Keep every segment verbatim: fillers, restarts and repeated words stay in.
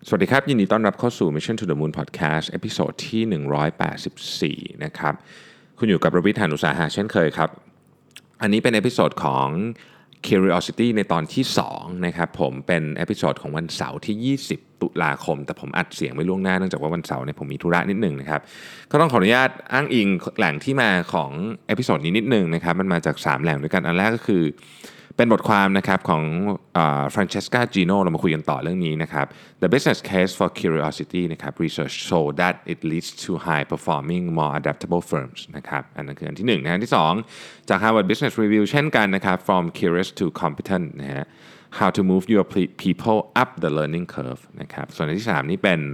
สวัสดีครับยินดีต้อนรับเข้าสู่ Mission to the Moon Podcast เอพิโซดที่หนึ่งร้อยแปดสิบสี่นะครับคุณอยู่กับประวิทย์ หาญอุตสาหะเช่นเคยครับอันนี้เป็นเอพิโซดของ Curiosity ในตอนที่สองนะครับผมเป็นเอพิโซดของวันเสาร์ที่ยี่สิบตุลาคมแต่ผมอัดเสียงไว้ล่วงหน้าเนื่องจากว่าวันเสาร์เนี่ยผมมีธุระนิดหนึ่งนะครับก็ต้องขออนุญาตอ้างอิงแหล่งที่มาของเอพิโซดนี้นิดหนึ่งนะครับมันมาจากสามแหล่งด้วยกันอันแรกก็คือเป็นบทความนะครับของฟรานเชสกาจีโน่เรามาคุยกันต่อเรื่องนี้นะครับ The Business Case for Curiosity นะครับ Research show that it leads to high performing more adaptable firms นะครับอันนั้นคืออันที่หนึ่งนะอันที่สองจาก Harvard Business Review เช่นกันนะครับ From Curious to Competent นะฮะ How to move your people up the learning curve นะครับส่วนอันที่สามนี่เป็น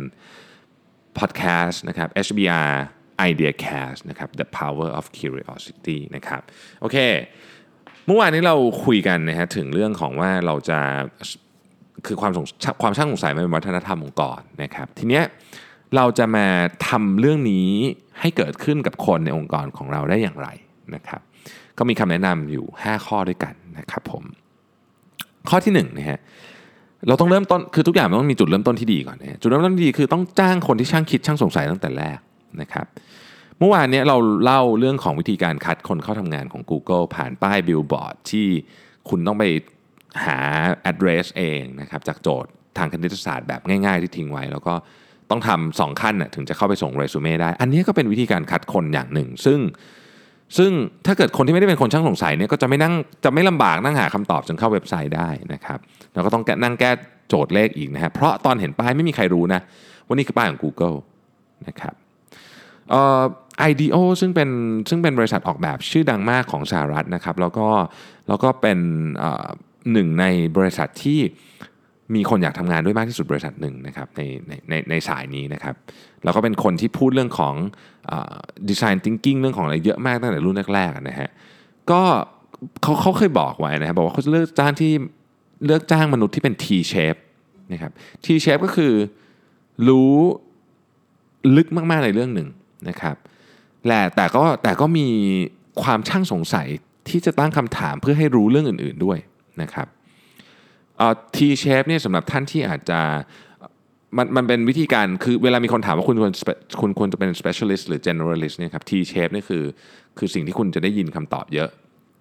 podcast นะครับ เอช บี อาร์ IdeaCast นะครับ The Power of Curiosity นะครับโอเคเมื่อวานนี้เราคุยกันนะฮะถึงเรื่องของว่าเราจะคือความสงความช่างสงสัยมันเป็นวัฒนธรรมองค์กรนะครับทีเนี้ยเราจะมาทำเรื่องนี้ให้เกิดขึ้นกับคนในองค์กรของเราได้อย่างไรนะครับก็มีคำแนะนำอยู่ห้าข้อด้วยกันนะครับผมข้อที่หนึ่งนะฮะเราต้องเริ่มต้นคือทุกอย่างมันต้องมีจุดเริ่มต้นที่ดีก่อนนะจุดเริ่มต้นที่ดีคือต้องจ้างคนที่ช่างคิดช่างสงสัยตั้งแต่แรกนะครับเมื่อวานนี้เราเล่าเรื่องของวิธีการคัดคนเข้าทำงานของ Google ผ่านป้ายบิลบอร์ดที่คุณต้องไปหา address เองนะครับจากโจทย์ทางคณิตศาสตร์แบบง่ายๆที่ทิ้งไว้แล้วก็ต้องทำสองขั้นนะถึงจะเข้าไปส่งเรซูเม่ได้อันนี้ก็เป็นวิธีการคัดคนอย่างหนึ่งซึ่งซึ่งถ้าเกิดคนที่ไม่ได้เป็นคนช่างสงสัยเนี่ยก็จะไม่นั่งจะไม่ลำบากนั่งหาคำตอบจนเข้าเว็บไซต์ได้นะครับแล้วก็ต้องนั่งแก้โจทย์เลขอีกนะฮะเพราะตอนเห็นป้ายไม่มีใครรู้นะว่านี่คือป้ายของ Google นะครับเอ่อ ไอ ดี โอ ซึ่งเป็นซึ่งเป็นบริษัทออกแบบชื่อดังมากของสหรัฐนะครับแล้วก็แล้วก็เป็นหนึ่งในบริษัทที่มีคนอยากทำงานด้วยมากที่สุดบริษัทหนึ่งนะครับในในในในสายนี้นะครับแล้วก็เป็นคนที่พูดเรื่องของดีไซน์ทิงกิ้งเรื่องของอะไรเยอะมากตั้งแต่รุ่นแรกๆนะฮะก็เขาเขาเคยบอกไว้นะครับบอกว่าเขาจะเลือกจ้างที่เลือกจ้างมนุษย์ที่เป็น T shape นะครับ T shape ก็คือรู้ลึกมากๆในเรื่องหนึ่งนะครับแต่แต่ก็แต่ก็มีความช่างสงสัยที่จะตั้งคำถามเพื่อให้รู้เรื่องอื่นๆด้วยนะครับเอ่อ T shape เนี่ยสำหรับท่านที่อาจจะมันมันเป็นวิธีการคือเวลามีคนถามว่าคุณควรคุณควรจะเป็น specialist หรือ generalist เนี่ยครับ T shape นี่คือคือสิ่งที่คุณจะได้ยินคำตอบเยอะ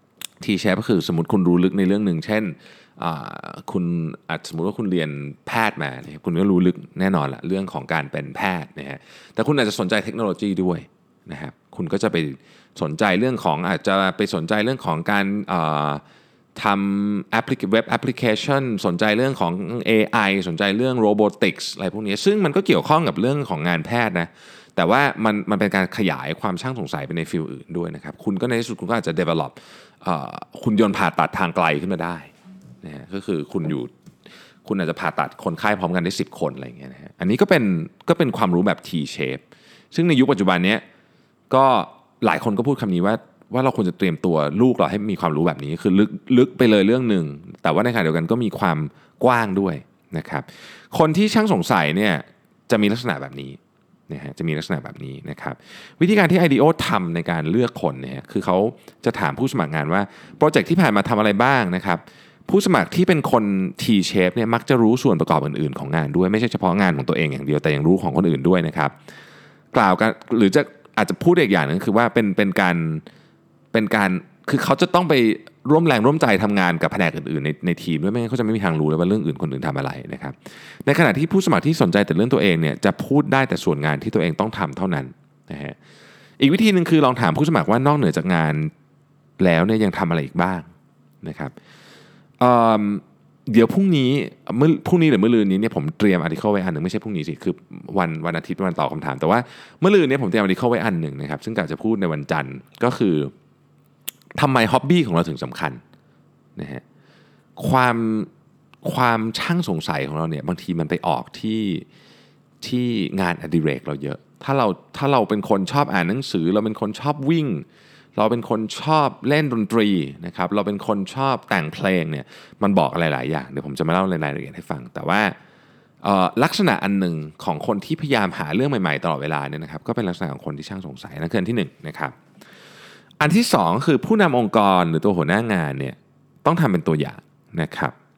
T shape ก็คือสมมติคุณรู้ลึกในเรื่องหนึ่งเช่นคุณอาจสมมติว่าคุณเรียนแพทย์มาเนี่ยคุณก็รู้ลึกแน่นอนละเรื่องของการเป็นแพทย์นะฮะแต่คุณอาจจะสนใจเทคโนโลยีด้วยนะครับคุณก็จะไปสนใจเรื่องของอาจจะไปสนใจเรื่องของการทำแอปพลิเคเว็บแอปพลิเคชันสนใจเรื่องของ เอ ไอ สนใจเรื่องโรบอติกส์อะไรพวกนี้ซึ่งมันก็เกี่ยวข้องกับเรื่องของงานแพทย์นะแต่ว่ามันมันเป็นการขยายความช่างสงสัยไปในฟิลอื่นด้วยนะครับคุณก็ในที่สุดคุณก็อาจจะ develop หุ่นยนต์ผ่าตัดทางไกลขึ้นมาได้นะฮะก็คือคุณอยู่คุณอาจจะผ่าตัดคนไข้พร้อมกันได้สิบคนอะไรอย่างเงี้ยนะฮะอันนี้ก็เป็นก็เป็นความรู้แบบ T shape ซึ่งในยุคปัจจุบันนี้ก็หลายคนก็พูดคำนี้ว่าว่าเราควรจะเตรียมตัวลูกเราให้มีความรู้แบบนี้คือลึกลึกไปเลยเรื่องหนึ่งแต่ว่าในขณะเดียวกันก็มีความกว้างด้วยนะครับคนที่ช่างสงสัยเนี่ยจะมีลักษณะแบบนี้นะฮะจะมีลักษณะแบบนี้นะครับวิธีการที่ ไอ ดี โอ ทำในการเลือกคนเนี่ยคือเขาจะถามผู้สมัครงานว่าโปรเจกต์ที่ผ่านมาทำอะไรบ้างนะครับผู้สมัครที่เป็นคน T shape เนี่ยมักจะรู้ส่วนประกอบอื่นๆของงานด้วยไม่ใช่เฉพาะงานของตัวเองอย่างเดียวแต่ยังรู้ของคนอื่นด้วยนะครับกล่าวกันหรือจะอาจจะพูดอีกอย่างนึงคือว่าเป็นเป็นการเป็นการคือเขาจะต้องไปร่วมแรงร่วมใจทำงานกับแผนกอื่นๆในในทีมด้วยไม่งั้นเขาจะไม่มีทางรู้เลยว่าเรื่องอื่นคนอื่นทำอะไรนะครับในขณะที่ผู้สมัครที่สนใจแต่เรื่องตัวเองเนี่ยจะพูดได้แต่ส่วนงานที่ตัวเองต้องทำเท่านั้นนะฮะอีกวิธีนึงคือลองถามผู้สมัครว่านอกเหนือจากงานแล้วเนี่ยยังทำอะไรอีกบ้างนะครับเอ่อเดี๋ยวพรุ่งนี้เมื่อพรุ่งนี้หรือเมื่อลืนนี้เนี่ยผมเตรียมอาร์ติเคิลไว้อันหนึ่งไม่ใช่พรุ่งนี้สิคือวันวันอาทิตย์วันตอบคำถามแต่ว่าเมื่อลืนนี้ผมเตรียมอาร์ติเคิลไว้อันหนึ่งนะครับซึ่งกะจะพูดในวันจันทร์ก็คือทำไมฮ็อบบี้ของเราถึงสำคัญนะฮะความความช่างสงสัยของเราเนี่ยบางทีมันไปออกที่ที่งานอดิเรกเราเยอะถ้าเราถ้าเราเป็นคนชอบอ่านหนังสือเราเป็นคนชอบวิ่งเราเป็นคนชอบเล่นดนตรีนะครับเราเป็นคนชอบแต่งเพลงเนี่ยมันบอกอะไรหลายอย่างเดี๋ยวผมจะมาเล่าในรายละเอียดให้ฟังแต่ว่าลักษณะอันหนึ่งของคนที่พยายามหาเรื่องใหม่ๆตลอดเวลาเนี่ยนะครับก็เป็นลักษณะของคนที่ช่างสงสัยนั่นคืออันที่หนึ่งนะครับอันที่สองคือผู้นำองค์กรหรือตัวหัวหน้างานเนี่ยต้องทำเป็นตัวอย่างนะครับ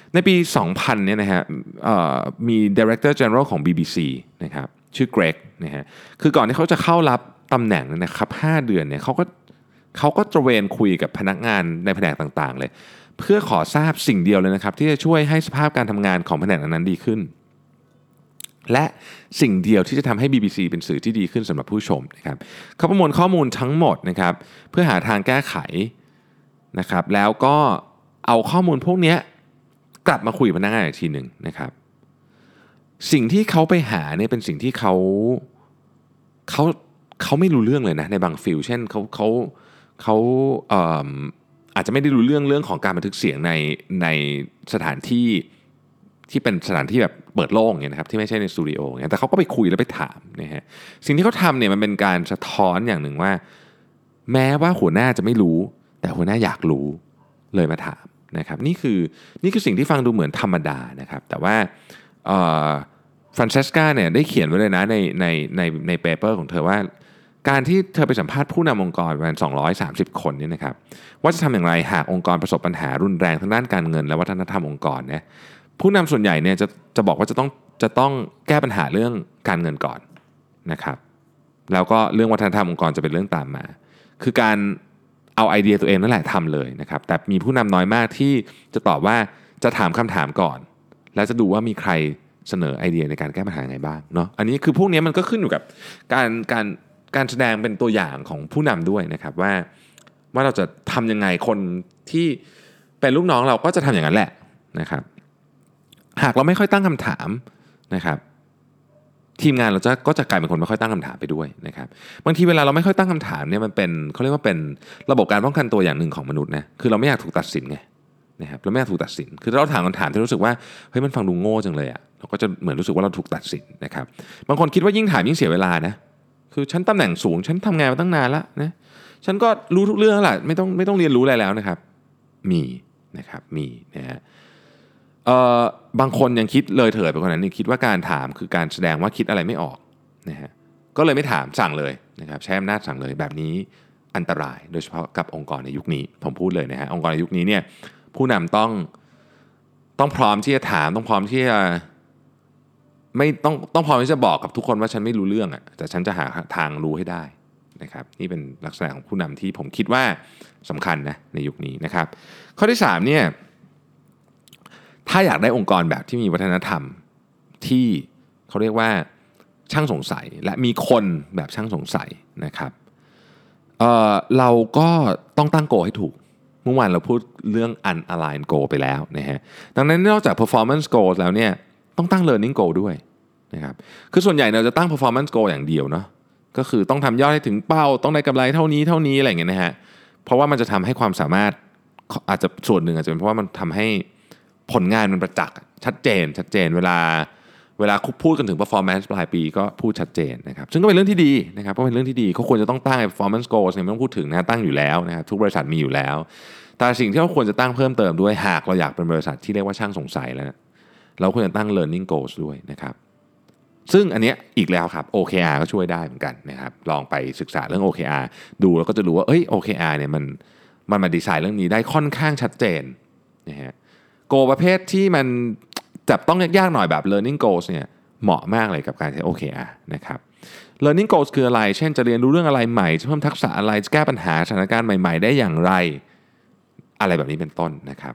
ในปี สองพัน เนี่ยนะฮะมี Director General ของ บี บี ซี นะครับชื่อเกรกนะฮะคือก่อนที่เขาจะเข้ารับตำแหน่งนะครับห้าเดือนเนี่ยเขาก็เขาก็ตระเวนคุยกับพนักงานในแผนกต่างๆเลยเพื่อขอทราบสิ่งเดียวเลยนะครับที่จะช่วยให้สภาพการทำงานของแผนกนั้นดีขึ้นและสิ่งเดียวที่จะทำให้ บี บี ซี เป็นสื่อที่ดีขึ้นสำหรับผู้ชมนะครับเขาประมวลข้อมูลทั้งหมดนะครับเพื่อหาทางแก้ไขนะครับแล้วก็เอาข้อมูลพวกนี้กลับมาคุยกับพนักงานอีกทีหนึ่งนะครับสิ่งที่เขาไปหาเนี่ยเป็นสิ่งที่เขาเขาเขาไม่รู้เรื่องเลยนะในบางฟิลเช่นเขาเขาเขาเอ่ออาจจะไม่ได้รู้เรื่องเรื่องของการบันทึกเสียงในในสถานที่ที่เป็นสถานที่แบบเปิดโล่งเนี่ยนะครับที่ไม่ใช่ในสตูดิโอเนี่ยแต่เขาก็ไปคุยแล้วไปถามนะฮะสิ่งที่เขาทำเนี่ยมันเป็นการสะท้อนอย่างหนึ่งว่าแม้ว่าหัวหน้าจะไม่รู้แต่หัวหน้าอยากรู้เลยมาถามนะครับนี่คือนี่คือสิ่งที่ฟังดูเหมือนธรรมดานะครับแต่ว่าฟรานเชสกาเนี่ยได้เขียนไว้เลยนะในในในในเปเปอร์ของเธอว่าการที่เธอไปสัมภาษณ์ผู้นำองค์กรประมาณสองร้อยสามสิบคนเนี่ยนะครับว่าจะทำอย่างไรหากองค์กรประสบปัญหารุนแรงทางด้านการเงินและวัฒนธรรมองค์กรเนี่ยผู้นำส่วนใหญ่เนี่ยจะจะบอกว่าจะต้องจะต้องแก้ปัญหาเรื่องการเงินก่อนนะครับแล้วก็เรื่องวัฒนธรรมองค์กรจะเป็นเรื่องตามมาคือการเอาไอเดียตัวเองนั่นแหละทำเลยนะครับแต่มีผู้นำน้อยมากที่จะตอบว่าจะถามคำถามก่อนแล้วจะดูว่ามีใครเสนอไอเดียในการแก้ปัญหาไงบ้างเนาะอันนี้คือพวกนี้มันก็ขึ้นอยู่กับการการการแสดงเป็นตัวอย่างของผู้นำด้วยนะครับว่าว่าเราจะทำยังไงคนที่เป็นลูกน้องเราก็จะทำอย่างนั้นแหละนะครับหากเราไม่ค่อยตั้งคำถามนะครับทีมงานเราจะก็จะกลายเป็นคนไม่ค่อยตั้งคำถามไปด้วยนะครับบางทีเวลาเราไม่ค่อยตั้งคำถามเนี่ยมันเป็นเขาเรียกว่าเป็นระบบการป้องกันตัวอย่างหนึ่งของมนุษย์นะคือเราไม่อยากถูกตัดสินไงนะครับเราไม่อยากถูกตัดสินคือเราถามคำถามที่รู้สึกว่าเฮ้ยมันฟังดูโง่จังเลยอ่ะเราก็จะเหมือนรู้สึกว่าเราถูกตัดสินนะครับบางคนคิดว่ายิ่งถามยิ่งเสียเวลานะคือฉันตำแหน่งสูงฉันทำงานมาตั้งนานแล้วนะฉันก็รู้ทุกเรื่องแล้วแหละไม่ต้องไม่ต้องเรียนรู้อะไรแล้วนะครับมีนะครับมีนะฮะเอ่อบางคนยังคิดเลยเถิดไปกว่านั้นนี่คิดว่าการถามคือการแสดงว่าคิดอะไรไม่ออกนะฮะก็เลยไม่ถามสั่งเลยนะครับใช้อำนาจสั่งเลยแบบนี้อันตรายโดยเฉพาะกับองค์กรในยุคนี้ผมพูดเลยนะฮะองค์กรในยุคนี้เนี่ยผู้นำต้องต้องพร้อมที่จะถามต้องพร้อมที่จะไม่ต้องต้องพร้อมที่จะบอกกับทุกคนว่าฉันไม่รู้เรื่องอ่ะแต่ฉันจะหาทางรู้ให้ได้นะครับนี่เป็นลักษณะของผู้นำที่ผมคิดว่าสำคัญนะในยุคนี้นะครับข้อที่สามเนี่ยถ้าอยากได้องค์กรแบบที่มีวัฒนธรรมที่เขาเรียกว่าช่างสงสัยและมีคนแบบช่างสงสัยนะครับเอ่อเราก็ต้องตั้งโกให้ถูกเมื่อวานเราพูดเรื่อง unaligned goal ไปแล้วนะฮะดังนั้นนอกจาก performance goal แล้วเนี่ยต้องตั้ง learning goal ด้วยนะครับคือส่วนใหญ่เราจะตั้ง performance goal อย่างเดียวเนาะก็คือต้องทำยอดให้ถึงเป้าต้องได้กำไรเท่านี้เท่านี้อะไรอย่างเงี้ยนะฮะเพราะว่ามันจะทำให้ความสามารถอาจจะส่วนหนึ่งอาจจะเป็นเพราะว่ามันทำให้ผลงานมันประจักษ์ชัดเจนชัดเจนเวลาเวลาพูดกันถึง performance ปลายปีก็พูดชัดเจนนะครับซึ่งก็เป็นเรื่องที่ดีนะครับก็เป็นเรื่องที่ดีเขาควรจะต้องตั้ง performance goals เนี่ยไม่ต้องพูดถึงนะตั้งอยู่แล้วนะครับทุกบริษัทมีอยู่แล้วแต่สิ่งที่เราควรจะตั้งเพิ่มเติมด้วยหากเราอยากเป็นบริษัทที่เรียกว่าช่างสงสัยแล้วเราควรจะตั้ง learning goals ด้วยนะครับซึ่งอันนี้อีกแล้วครับ โอ เค อาร์ ก็ช่วยได้เหมือนกันนะครับลองไปศึกษาเรื่อง โอ เค อาร์ ดูแล้วก็จะรู้ว่าเอ้ย โอ เค อาร์ เนี่ยมันมันมาดีไซน์เรื่องนี้ได้ค่อนข้างชัดเจนนะฮะโกประเภทที่มันจับต้องยากๆหน่อยแบบ learning goals เนี่ยเหมาะมากเลยกับการใช้ โอ เค อาร์ นะครับ learning goals คืออะไรเช่นจะเรียนรู้เรื่องอะไรใหม่จะเพิ่มทักษะอะไรจะแก้ปัญหาสถานการณ์ใหม่ๆได้อย่างไรอะไรแบบนี้เป็นต้นนะครับ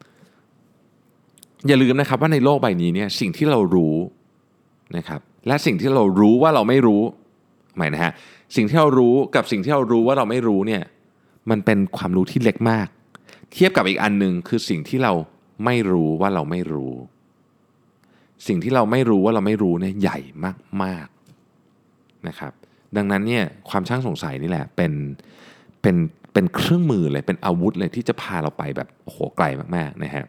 อย่าลืมนะครับว่าในโลกใบนี้เนี่ยสิ่งที่เรารู้นะครับและสิ่งที่เรารู้ว่าเราไม่รู้หมายนะฮะสิ่งที่เรารู้กับสิ่งที่เรารู้ว่าเราไม่รู้เนี่ยมันเป็นความรู้ที่เล็กมากเทียบกับอีกอันนึงคือสิ่งที่เราไม่รู้ว่าเราไม่รู้สิ่งที่เราไม่รู้ว่าเราไม่รู้เนี่ยใหญ่มากๆนะครับดังนั้นเนี่ยความช่างสงสัยนี่แหละเป็นเป็นเป็นเครื่องมือเลยเป็นอาวุธเลยที่จะพาเราไปแบบโอ้โหไกลมากๆนะฮะ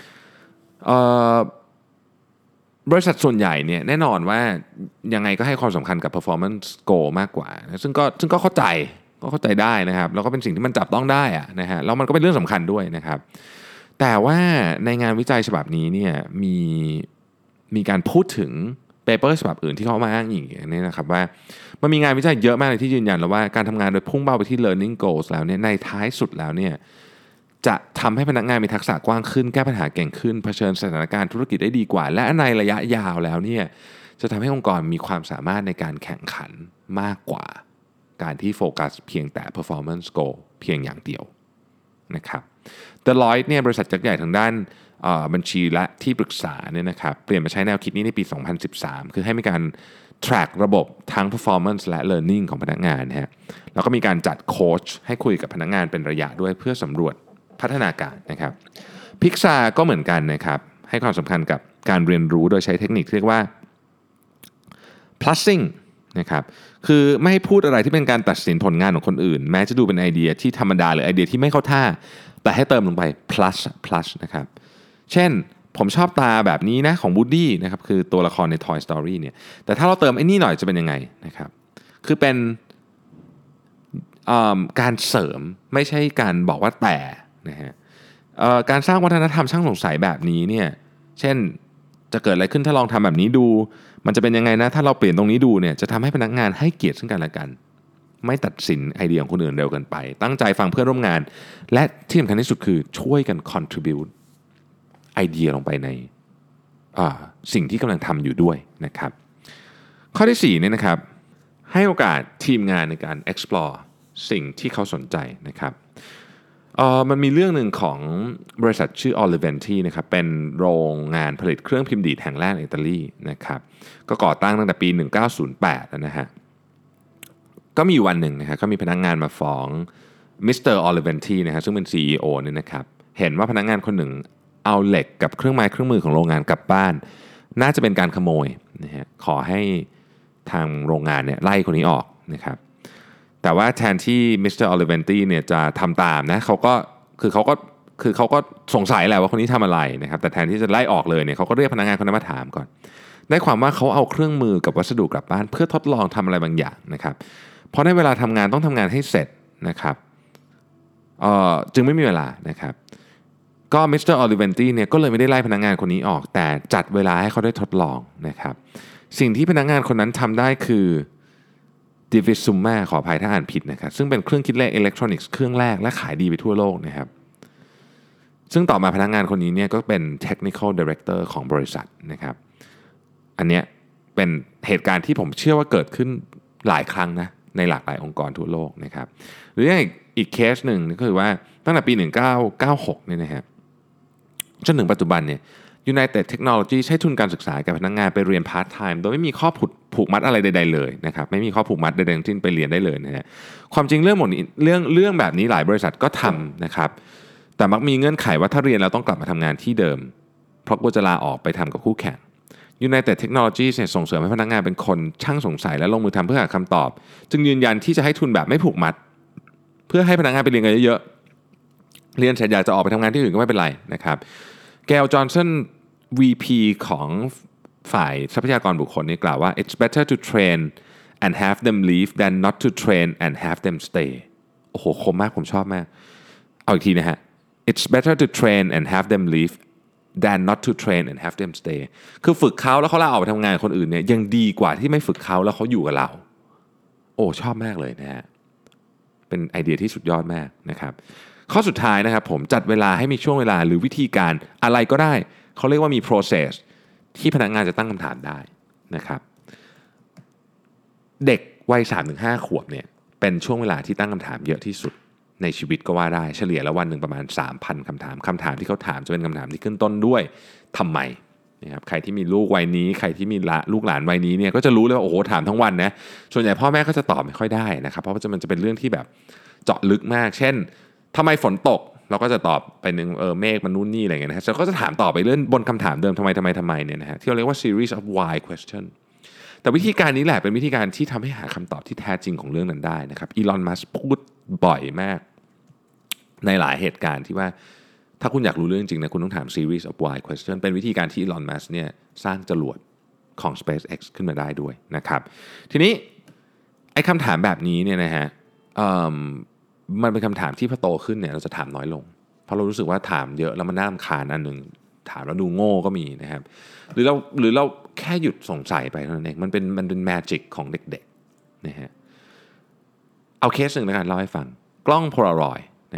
บริษัทส่วนใหญ่เนี่ยแน่นอนว่ายังไงก็ให้ความสำคัญกับ performance goal มากกว่าซึ่งก็ซึ่งก็เข้าใจก็เข้าใจได้นะครับแล้วก็เป็นสิ่งที่มันจับต้องได้อะนะฮะแล้วมันก็เป็นเรื่องสำคัญด้วยนะครับแต่ว่าในงานวิจัยฉบับนี้เนี่ยมีมีการพูดถึงเปเปอร์ฉบับอื่นที่เขามาอ้างอิงอย่างนี้นะครับว่ามันมีงานวิจัยเยอะมากเลยที่ยืนยันแล้วว่าการทำงานโดยพุ่งเป้าไปที่ learning goals แล้วเนี่ยในท้ายสุดแล้วเนี่ยจะทำให้พนักงานมีทักษะกว้างขึ้นแก้ปัญหาเก่งขึ้นเผชิญสถานการณ์ธุรกิจได้ดีกว่าและในระยะยาวแล้วเนี่ยจะทำให้องค์กรมีความสามารถในการแข่งขันมากกว่าการที่โฟกัสเพียงแต่ performance goal เพียงอย่างเดียวนะครับ Deloitte เนี่ยบริษัทยักษ์ใหญ่ทางด้านบัญชีและที่ปรึกษาเนี่ยนะครับเปลี่ยนมาใช้แนวคิดนี้ในปี สองพันสิบสาม คือให้มีการ track ระบบทั้ง performance และ learning ของพนักงานนะฮะแล้วก็มีการจัดโค้ชให้คุยกับพนักงานเป็นระยะด้วยเพื่อสำรวจพัฒนาการนะครับ Pixar ก็เหมือนกันนะครับให้ความสำคัญกับการเรียนรู้โดยใช้เทคนิคเรียกว่า plussing นะครับคือไม่ให้พูดอะไรที่เป็นการตัดสินผลงานของคนอื่นแม้จะดูเป็นไอเดียที่ธรรมดาหรือไอเดียที่ไม่เข้าท่าแต่ให้เติมลงไป plus plus นะครับเช่นผมชอบตาแบบนี้นะของ Woody นะครับคือตัวละครใน Toy Story เนี่ยแต่ถ้าเราเติมไอ้นี่หน่อยจะเป็นยังไงนะครับคือเป็นการเสริมไม่ใช่การบอกว่าแต่นะฮะการสร้างวัฒนธรรมช่างสงสัยแบบนี้เนี่ยเช่นจะเกิดอะไรขึ้นถ้าลองทำแบบนี้ดูมันจะเป็นยังไงนะถ้าเราเปลี่ยนตรงนี้ดูเนี่ยจะทำให้พนักงานให้เกียรติซึ่งกันและกันไม่ตัดสินไอเดียของคนอื่นเร็วเกินไปตั้งใจฟังเพื่อนร่วมงานและที่สำคัญที่สุดคือช่วยกัน contribute ไอเดียลงไปในสิ่งที่กำลังทำอยู่ด้วยนะครับข้อที่สี่เนี่ยนะครับให้โอกาสทีมงานในการ explore สิ่งที่เขาสนใจนะครับเอ่อมันมีเรื่องหนึ่งของบริษัทชื่อ Oliventi นะครับเป็นโรงงานผลิตเครื่องพิมพ์ดีดแห่งแรกในอิตาลีนะครับก็ก่อตั้งตั้งแต่ปีหนึ่งพันเก้าร้อยแปดนะฮะก็มีวันหนึ่งนะฮะก็มีพนักงานมาฟ้องมิสเตอร์ Oliventi นะฮะซึ่งเป็น ซี อี โอ เนี่ยนะครับเห็นว่าพนักงานคนหนึ่งเอาเหล็กกับเครื่องไม้เครื่องมือของโรงงานกลับบ้านน่าจะเป็นการขโมยนะฮะขอให้ทางโรงงานเนี่ยไล่คนนี้ออกนะครับแต่ว่าแทนที่มิสเตอร์ Oliventi เนี่ยจะทำตามนะเขาก็คือเขาก็คือเขาก็สงสัยแหละว่าคนนี้ทำอะไรนะครับแต่แทนที่จะไล่ออกเลยเนี่ยเขาก็เรียกพนักงานคนนั้นมาถามก่อนได้ความว่าเขาเอาเครื่องมือกับวัสดุกลับบ้านเพื่อทดลองทำอะไรบางอย่างนะครับเพราะในเวลาทำงานต้องทำงานให้เสร็จนะครับเอ่อจึงไม่มีเวลานะครับก็มิสเตอร์ Oliventi เนี่ยก็เลยไม่ได้ไล่พนักงานคนนี้ออกแต่จัดเวลาให้เขาได้ทดลองนะครับสิ่งที่พนักงานคนนั้นทำได้คือDivisumma ขออภัยถ้าอ่านผิดนะครับซึ่งเป็นเครื่องคิดเลขอิเล็กทรอนิกส์เครื่องแรกและขายดีไปทั่วโลกนะครับซึ่งต่อมาพนักงานคนนี้เนี่ยก็เป็น Technical Director ของบริษัทนะครับอันเนี้ยเป็นเหตุการณ์ที่ผมเชื่อว่าเกิดขึ้นหลายครั้งนะในหลากหลายองค์กรทั่วโลกนะครับหรืออย่างอีกเคสหนึ่งก็คือว่าตั้งแต่ปีหนึ่งพันเก้าร้อยเก้าสิบหกเนี่ยนะครับจนถึงปัจจุบันเนี่ย United Technology ใช้ทุนการศึกษากับพนักงานไปเรียนพาร์ทไทม์โดยไม่มีข้อผูกมัดอะไรใดๆเลยนะครับไม่มีข้อผูกมัดใดๆที่ไปเรียนได้เลยนะฮะความจริงเรื่องหมดนี้เรื่องเรื่องแบบนี้หลายบริษัทก็ทำนะครับแต่มักมีเงื่อนไขว่าถ้าเรียนแล้วต้องกลับมาทำงานที่เดิมเพราะกลัวจะลาออกไปทำกับคู่แข่ง United Technology เนี่ยส่งเสริมให้พนักงานเป็นคนช่างสงสัยและลงมือทำเพื่อหาคำตอบจึงยืนยันที่จะให้ทุนแบบไม่ผูกมัดเพื่อให้พนักงานไปเรียนกันเยอะๆเรียนเสร็จอยากจะออกไปทำงานที่อื่นก็ไม่เป็นไรนะครับแกลจอห์นสัน วี พี ของฝ่ายทรัพยากรบุคคลนี่กล่าวว่า it's better to train and have them leave than not to train and have them stay โอ้โหคมมากผมชอบมากเอาอีกทีนะฮะ it's better to train and have them leave than not to train and have them stay คือฝึกเขาแล้วเขาลาออกไปทำงานคนอื่นเนี่ยยังดีกว่าที่ไม่ฝึกเขาแล้วเขาอยู่กับเราโอ้ชอบมากเลยนะฮะเป็นไอเดียที่สุดยอดมากนะครับข้อสุดท้ายนะครับผมจัดเวลาให้มีช่วงเวลาหรือวิธีการอะไรก็ได้เขาเรียกว่ามี process ที่พนักงานจะตั้งคำถามได้นะครับเด็กวัย สามถึงห้า ขวบเนี่ยเป็นช่วงเวลาที่ตั้งคำถามเยอะที่สุดในชีวิตก็ว่าได้เฉลี่ยแล้ววันหนึ่งประมาณ สามพัน คำถามคำถามที่เขาถามจะเป็นคำถามที่ขึ้นต้นด้วยทำไมนะครับใครที่มีลูกวัยนี้ใครที่มีลูกหลานวัยนี้เนี่ยก็จะรู้เลยว่าโอ้โหถามทั้งวันนะส่วนใหญ่พ่อแม่ก็จะตอบไม่ค่อยได้นะครับเพราะว่ามันจะเป็นเรื่องที่แบบเจาะลึกมากเช่นทำไมฝนตกเราก็จะตอบไปหนึ่งเออเมฆมันนู่นนี่อะไรเงี้ยนะฮะเราก็จะถามต่อไปเรื่องบนคำถามเดิมทำไมทำไมทำไมเนี่ยนะฮะที่เราเรียกว่า series of why question แต่วิธีการนี้แหละเป็นวิธีการที่ทำให้หาคำตอบที่แท้จริงของเรื่องนั้นได้นะครับอีลอน มัสก์พูดบ่อยมากในหลายเหตุการณ์ที่ว่าถ้าคุณอยากรู้เรื่องจริงนะคุณต้องถาม series of why question เป็นวิธีการที่อีลอน มัสก์เนี่ยสร้างจรวดของ SpaceX ขึ้นมาได้ด้วยนะครับทีนี้ไอ้คำถามแบบนี้เนี่ยนะฮะมันเป็นคำถามที่พอโตขึ้นเนี่ยเราจะถามน้อยลงเพราะเรารู้สึกว่าถามเยอะแล้วมันน่ารำคาญอันหนึ่งถามแล้วดูโง่ก็มีนะครับหรือเราหรือเราแค่หยุดสงสัยไปเท่านั้นเองมันเป็นมันเป็นแมจิกของเด็กๆนะฮะเอาเคสหนึ่งแล้วกันเล่าให้ฟังกล้องโพลารอยด์นะครับ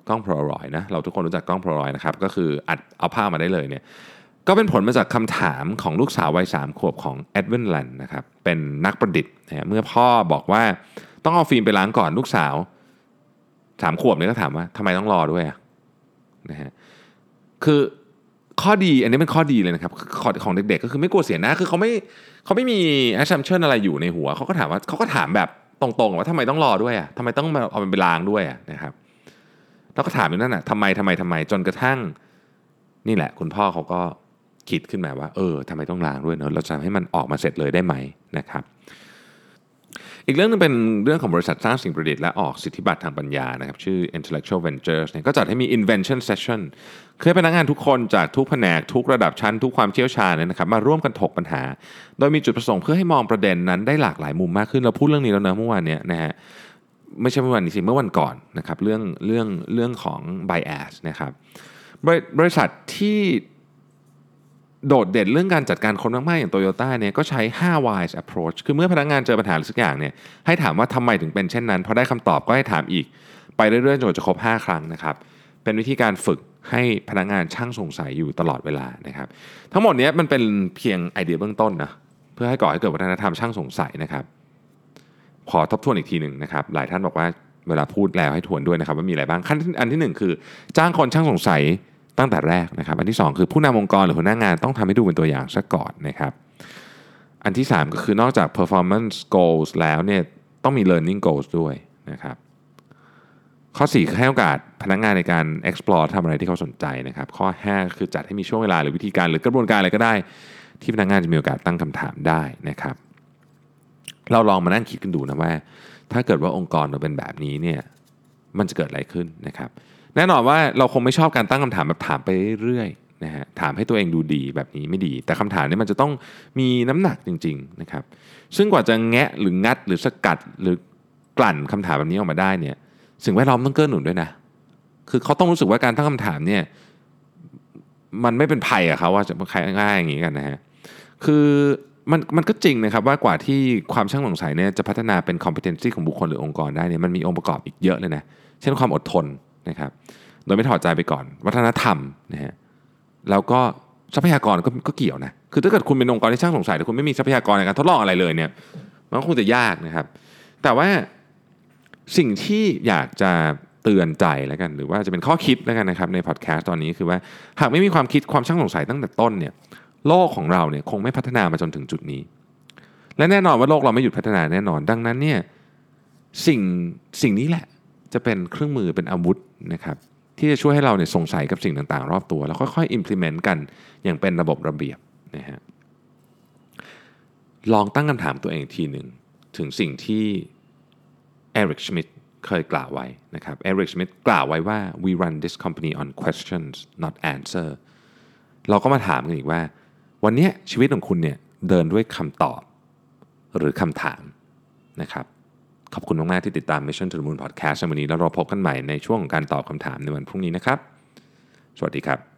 กล้องโพลารอยด์นะเราทุกคนรู้จักกล้องโพลารอยด์นะครับก็คืออัดเอาภาพมาได้เลยเนี่ยก็เป็นผลมาจากคำถามของลูกสาววัยสามขวบของเอ็ดวินแลนด์นะครับเป็นนักประดิษฐ์นะเมื่อพ่อบอกว่าต้องเอาฟิล์มไปล้างก่อนลูกสาวสามขวบเนี่ยก็ถามว่าทำไมต้องรอด้วยนะฮะคือข้อดีอันนี้เป็นข้อดีเลยนะครับข้อของเด็กๆก็คือไม่กลัวเสียหน้าคือเขาไม่เขาไม่มี assumption อะไรอยู่ในหัวเขาก็ถามว่าเขาก็ถามแบบตรงๆว่าทำไมต้องรอด้วยอ่ะทำไมต้องมาเอามันไปล้างด้วยอ่ะนะครับแล้วก็ถามอยู่นั่นน่ะทำไมทำไมทำไมจนกระทั่งนี่แหละคุณพ่อเขาก็คิดขึ้นมาว่าเออทำไมต้องล้างด้วยเนอะเราจะทำให้มันออกมาเสร็จเลยได้ไหมนะครับอีกเรื่องนึงเป็นเรื่องของบริษัทสร้างสิ่งประดิษฐ์และออกสิทธิบัตรทางปัญญานะครับชื่อ Intellectual Ventures เนี่ยก็จัดให้มี Invention Session คือให้พนักงานทุกคนจากทุกแผนกทุกระดับชั้นทุกความเชี่ยวชาญเนี่ยนะครับมาร่วมกันถกปัญหาโดยมีจุดประสงค์เพื่อให้มองประเด็นนั้นได้หลากหลายมุมมากขึ้นเราพูดเรื่องนี้แล้วนะเมื่อวานเนี้ยนะฮะไม่ใช่เมื่อวันนี้สิเมื่อวันก่อนนะครับเรื่องเรื่องเรื่องของ bias นะครับบริษัทที่โดดเด่นเรื่องการจัดการคนมากๆอย่าง Toyota เนี่ยก็ใช้ ห้า whys approach คือเมื่อพนักงานเจอปัญหาอะไรสักอย่างเนี่ยให้ถามว่าทำไมถึงเป็นเช่นนั้นพอได้คำตอบก็ให้ถามอีกไปเรื่อยๆจนจะครบห้าครั้งนะครับเป็นวิธีการฝึกให้พนักงานช่างสงสัยอยู่ตลอดเวลานะครับทั้งหมดนี้มันเป็นเพียงไอเดียเบื้องต้นนะเพื่อให้ก่อให้เกิดวัฒนธรรมช่างสงสัยนะครับขอทบทวนอีกทีหนึ่งนะครับหลายท่านบอกว่าเวลาพูดแล้วให้ทวนด้วยนะครับว่ามีอะไรบ้างขั้นอันที่หนึ่งคือจ้างคนช่างสงสัยตั้งแต่แรกนะครับอันที่สองคือผู้นำองค์กรหรือหัวหน้างานต้องทำให้ดูเป็นตัวอย่างซะก่อนนะครับอันที่สามก็คือนอกจาก performance goals แล้วเนี่ยต้องมี learning goals ด้วยนะครับข้อสี่คือให้โอกาสพนักงานในการ explore ทำอะไรที่เขาสนใจนะครับข้อห้าคือจัดให้มีช่วงเวลาหรือวิธีการหรือกระบวนการอะไรก็ได้ที่พนักงานจะมีโอกาสตั้งคำถามได้นะครับเราลองมานั่งคิดกันดูนะว่าถ้าเกิดว่าองค์กรเราเป็นแบบนี้เนี่ยมันจะเกิดอะไรขึ้นนะครับแน่นอนว่าเราคงไม่ชอบการตั้งคำถามแบบถามไปเรื่อยๆนะฮะถามให้ตัวเองดูดีแบบนี้ไม่ดีแต่คำถามนี้มันจะต้องมีน้ำหนักจริงๆนะครับซึ่งกว่าจะแงะหรืองัดหรือสกัดหรือกลั่นคำถามแบบนี้ออกมาได้เนี่ยสิ่งแวดล้อมต้องเกื้อหนุนด้วยนะคือเขาต้องรู้สึกว่าการตั้งคำถามเนี่ยมันไม่เป็นภัยกับเขาว่าจะง่ายๆอย่างนี้กันนะฮะคือมันมันก็จริงนะครับว่ากว่าที่ความช่างสงสัยเนี่ยจะพัฒนาเป็น competency ของบุคคลหรือองค์กรได้เนี่ยมันมีองค์ประกอบอีกเยอะเลยนะเช่นความอดทนนะครับโดยไม่ถอดใจไปก่อนวัฒนธรรมนะฮะแล้วก็ทรัพยากรก็ก็เกี่ยวนะคือถ้าเกิดคุณเป็นองค์กรที่ช่างสงสัยแต่คุณไม่มีทรัพยากรในการทดลองอะไรเลยเนี่ยมันก็คงจะยากนะครับแต่ว่าสิ่งที่อยากจะเตือนใจแล้วกันหรือว่าจะเป็นข้อคิดแล้วกันนะครับในพอดแคสต์ตอนนี้คือว่าหากไม่มีความคิดความช่างสงสัยตั้งแต่ต้นเนี่ยโลกของเราเนี่ยคงไม่พัฒนามาจนถึงจุดนี้และแน่นอนว่าโลกเราไม่หยุดพัฒนาแน่นอนดังนั้นเนี่ยสิ่งสิ่งนี้แหละจะเป็นเครื่องมือเป็นอาวุธนะครับที่จะช่วยให้เราเนี่ยสงสัยกับสิ่งต่างๆรอบตัวแล้วค่อยๆ implement กันอย่างเป็นระบบระเบียบนะฮะลองตั้งคำถามตัวเองทีหนึ่งถึงสิ่งที่เอริกชมิดเคยกล่าวไว้นะครับเอริกชมิดกล่าวไว้ว่า we run this company on questions not answer เราก็มาถามกันอีกว่าวันนี้ชีวิตของคุณเนี่ยเดินด้วยคำตอบหรือคำถามนะครับขอบคุณมากๆที่ติดตาม Mission to the Moon Podcast ในวันนี้แล้วเราพบกันใหม่ในช่วงของการตอบคำถามในวันพรุ่งนี้นะครับสวัสดีครับ